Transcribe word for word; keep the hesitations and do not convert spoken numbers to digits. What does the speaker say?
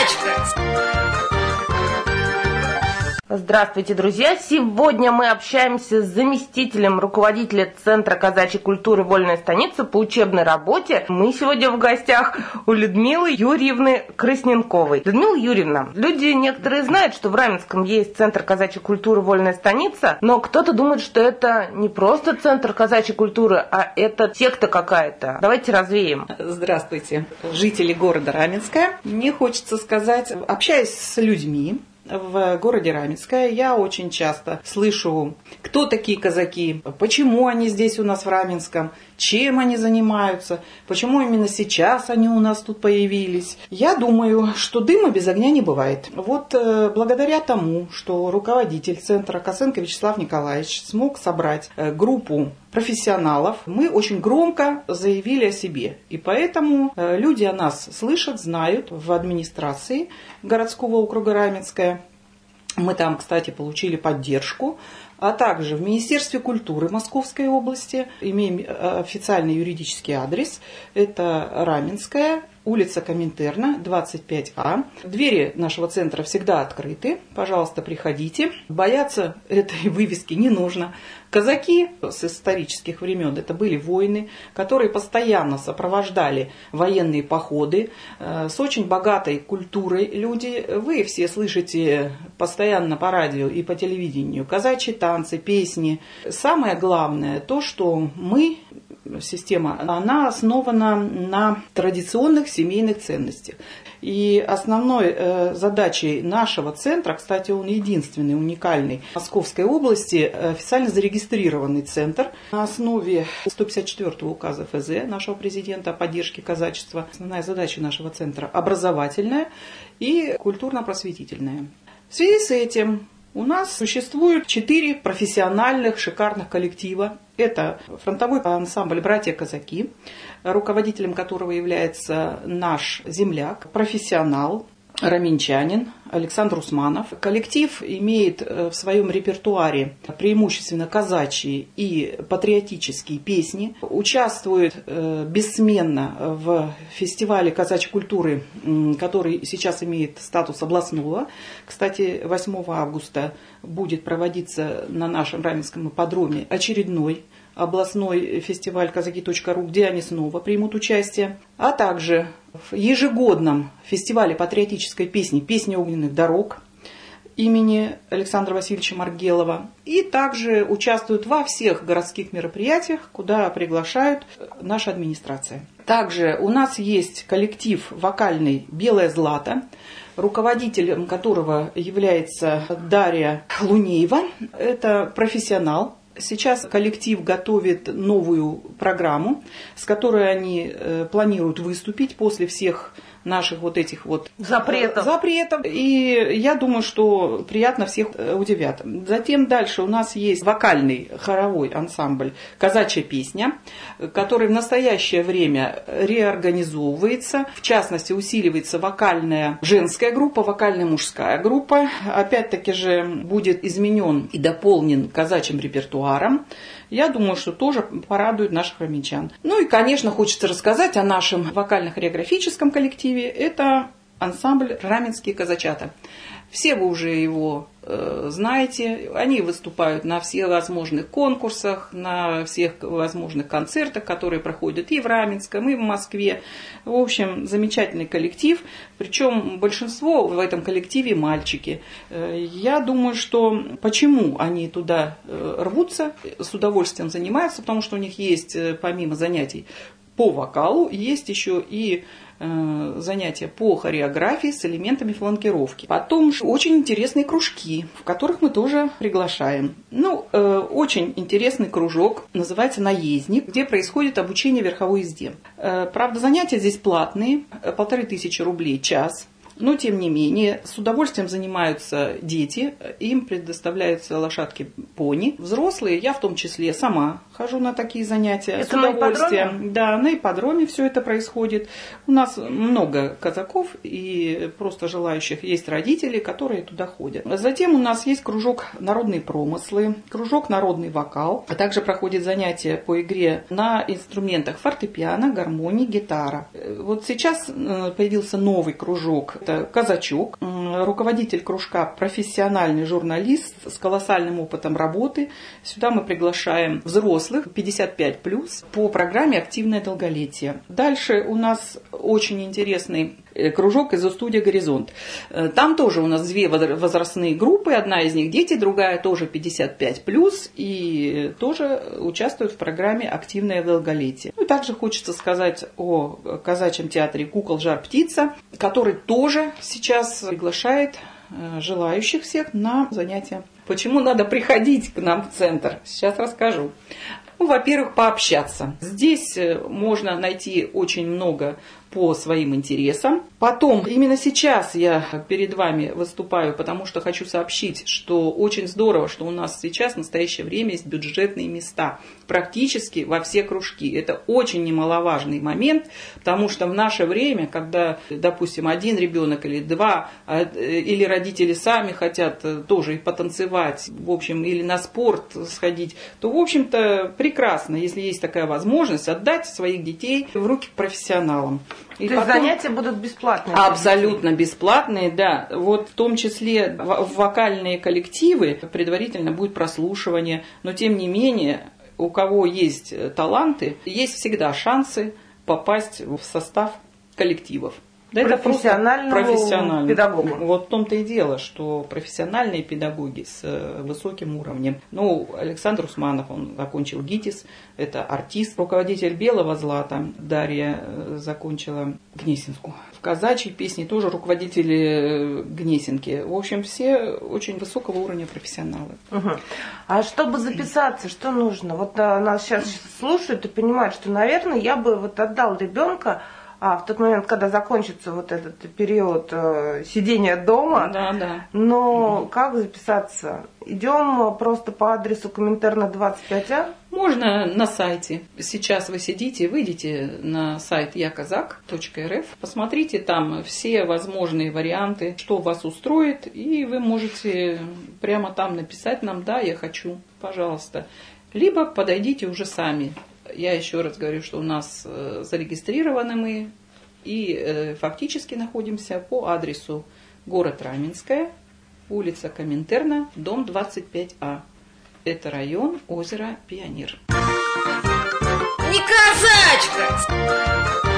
Здравствуйте, друзья! Сегодня мы общаемся с заместителем руководителя Центра казачьей культуры «Вольная станица» по учебной работе. Мы сегодня в гостях у Людмилы Юрьевны Красненковой. Людмила Юрьевна, люди некоторые знают, что в Раменском есть Центр казачьей культуры «Вольная станица», но кто-то думает, что это не просто Центр казачьей культуры, а это секта какая-то. Давайте развеем. Здравствуйте, жители города Раменска. Мне хочется сказать, общаясь с людьми в городе Раменское, я очень часто слышу, кто такие казаки, почему они здесь у нас в Раменском, чем они занимаются, почему именно сейчас они у нас тут появились. Я думаю, что дыма без огня не бывает. Вот э, благодаря тому, что руководитель центра Косенко Вячеслав Николаевич смог собрать э, группу профессионалов, мы очень громко заявили о себе. И поэтому э, люди о нас слышат, знают в администрации городского округа Раменское. Мы там, кстати, получили поддержку. А также в Министерстве культуры Московской области имеем официальный юридический адрес. Это Раменская, улица Коминтерна, двадцать пять А. Двери нашего центра всегда открыты. Пожалуйста, приходите. Бояться этой вывески не нужно. Казаки с исторических времен, это были воины, которые постоянно сопровождали военные походы, с очень богатой культурой люди. Вы все слышите постоянно по радио и по телевидению казачьи танцы, песни. Самое главное то, что мы, система, она основана на традиционных семейных ценностях. И основной э, задачей нашего центра, кстати, он единственный, уникальный в Московской области, официально зарегистрированный центр на основе сто пятьдесят четвёртого указа эф зэ нашего президента о поддержке казачества. Основная задача нашего центра образовательная и культурно-просветительная. В связи с этим у нас существует четыре профессиональных шикарных коллектива. Это фронтовой ансамбль «Братья-казаки», руководителем которого является наш земляк, профессионал, раменчанин Александр Усманов. Коллектив имеет в своем репертуаре преимущественно казачьи и патриотические песни. Участвует бессменно в фестивале казачьей культуры, который сейчас имеет статус областного. Кстати, восьмого августа будет проводиться на нашем Раменском ипподроме очередной областной фестиваль казаки точка ру, где они снова примут участие, а также в ежегодном фестивале патриотической песни «Песни огненных дорог» имени Александра Васильевича Маргелова. И также участвуют во всех городских мероприятиях, куда приглашают наша администрация. Также у нас есть коллектив вокальный «Белое злато», руководителем которого является Дарья Лунеева. Это профессионал. Сейчас коллектив готовит новую программу, с которой они планируют выступить после всех наших вот этих вот запретов. запретов. И я думаю, что приятно всех удивят. Затем дальше у нас есть вокальный хоровой ансамбль «Казачья песня», который в настоящее время реорганизовывается. В частности, усиливается вокальная женская группа, вокальная мужская группа. Опять-таки же будет изменен и дополнен казачьим репертуаром. Я думаю, что тоже порадует наших раменчан. Ну и, конечно, хочется рассказать о нашем вокально-хореографическом коллективе. Это ансамбль «Раменские казачата». Все вы уже его э, знаете. Они выступают на всех возможных конкурсах, на всех возможных концертах, которые проходят и в Раменском, и в Москве. В общем, замечательный коллектив. Причем большинство в этом коллективе мальчики. Э, я думаю, что почему они туда э, рвутся, с удовольствием занимаются, потому что у них есть, э, помимо занятий по вокалу, есть еще и занятия по хореографии с элементами фланкировки. Потом очень интересные кружки, в которых мы тоже приглашаем. Ну, э, очень интересный кружок, называется «Наездник», где происходит обучение верховой езде. Э, правда, занятия здесь платные, полторы тысячи рублей час. Но, тем не менее, с удовольствием занимаются дети, им предоставляются лошадки-пони. Взрослые, я в том числе сама хожу на такие занятия. Это с удовольствием. На ипподроме? Да, на ипподроме все это происходит. У нас много казаков и просто желающих, есть родители, которые туда ходят. Затем у нас есть кружок «Народные промыслы», кружок «Народный вокал», а также проходит занятия по игре на инструментах фортепиано, гармонии, гитара. Вот сейчас появился новый кружок. это казачок, руководитель кружка, профессиональный журналист с колоссальным опытом работы. Сюда мы приглашаем взрослых пятьдесят пять плюс по программе «Активное долголетие». Дальше у нас очень интересный кружок из студии «Горизонт». Там тоже у нас две возрастные группы. Одна из них дети, другая тоже пятьдесят пять плюс и тоже участвуют в программе «Активное долголетие». Ну, также хочется сказать о казачьем театре «Кукол. Жар-птица», который тоже сейчас приглашает желающих всех на занятия. Почему надо приходить к нам в центр? Сейчас расскажу. Ну, во-первых, пообщаться. Здесь можно найти очень много по своим интересам. Потом, именно сейчас я перед вами выступаю, потому что хочу сообщить, что очень здорово, что у нас сейчас в настоящее время есть бюджетные места практически во все кружки. Это очень немаловажный момент, потому что в наше время, когда, допустим, один ребенок или два, или родители сами хотят тоже и потанцевать, в общем, или на спорт сходить, то, в общем-то, прекрасно, если есть такая возможность, отдать своих детей в руки профессионалам. И То потом... есть занятия будут бесплатные? Абсолютно бесплатные, да. Вот в том числе в вокальные коллективы предварительно будет прослушивание, но тем не менее, у кого есть таланты, есть всегда шансы попасть в состав коллективов. Да, профессионального профессионального педагога. Вот в том-то и дело, что профессиональные педагоги с высоким уровнем. Ну, Александр Усманов, он закончил ГИТИС, это артист, руководитель Белого Злата. Дарья закончила Гнесинскую. В казачьей песне тоже руководители Гнесинки. В общем, все очень высокого уровня профессионалы. Угу. А чтобы записаться, что нужно? Вот нас сейчас слушают и понимают, что, наверное, я бы вот отдал ребенка А в тот момент, когда закончится вот этот период э, сидения дома, да, да. но как записаться? Идем просто по адресу Коминтерна двадцать пять А? Можно на сайте. Сейчас вы сидите, выйдите на сайт я казак точка эр эф, посмотрите там все возможные варианты, что вас устроит, и вы можете прямо там написать нам «да, я хочу», пожалуйста. Либо подойдите уже сами. Я еще раз говорю, что у нас зарегистрированы мы и фактически находимся по адресу город Раменское, улица Коминтерна, дом двадцать пять А. Это район озера Пионер. Не казачка!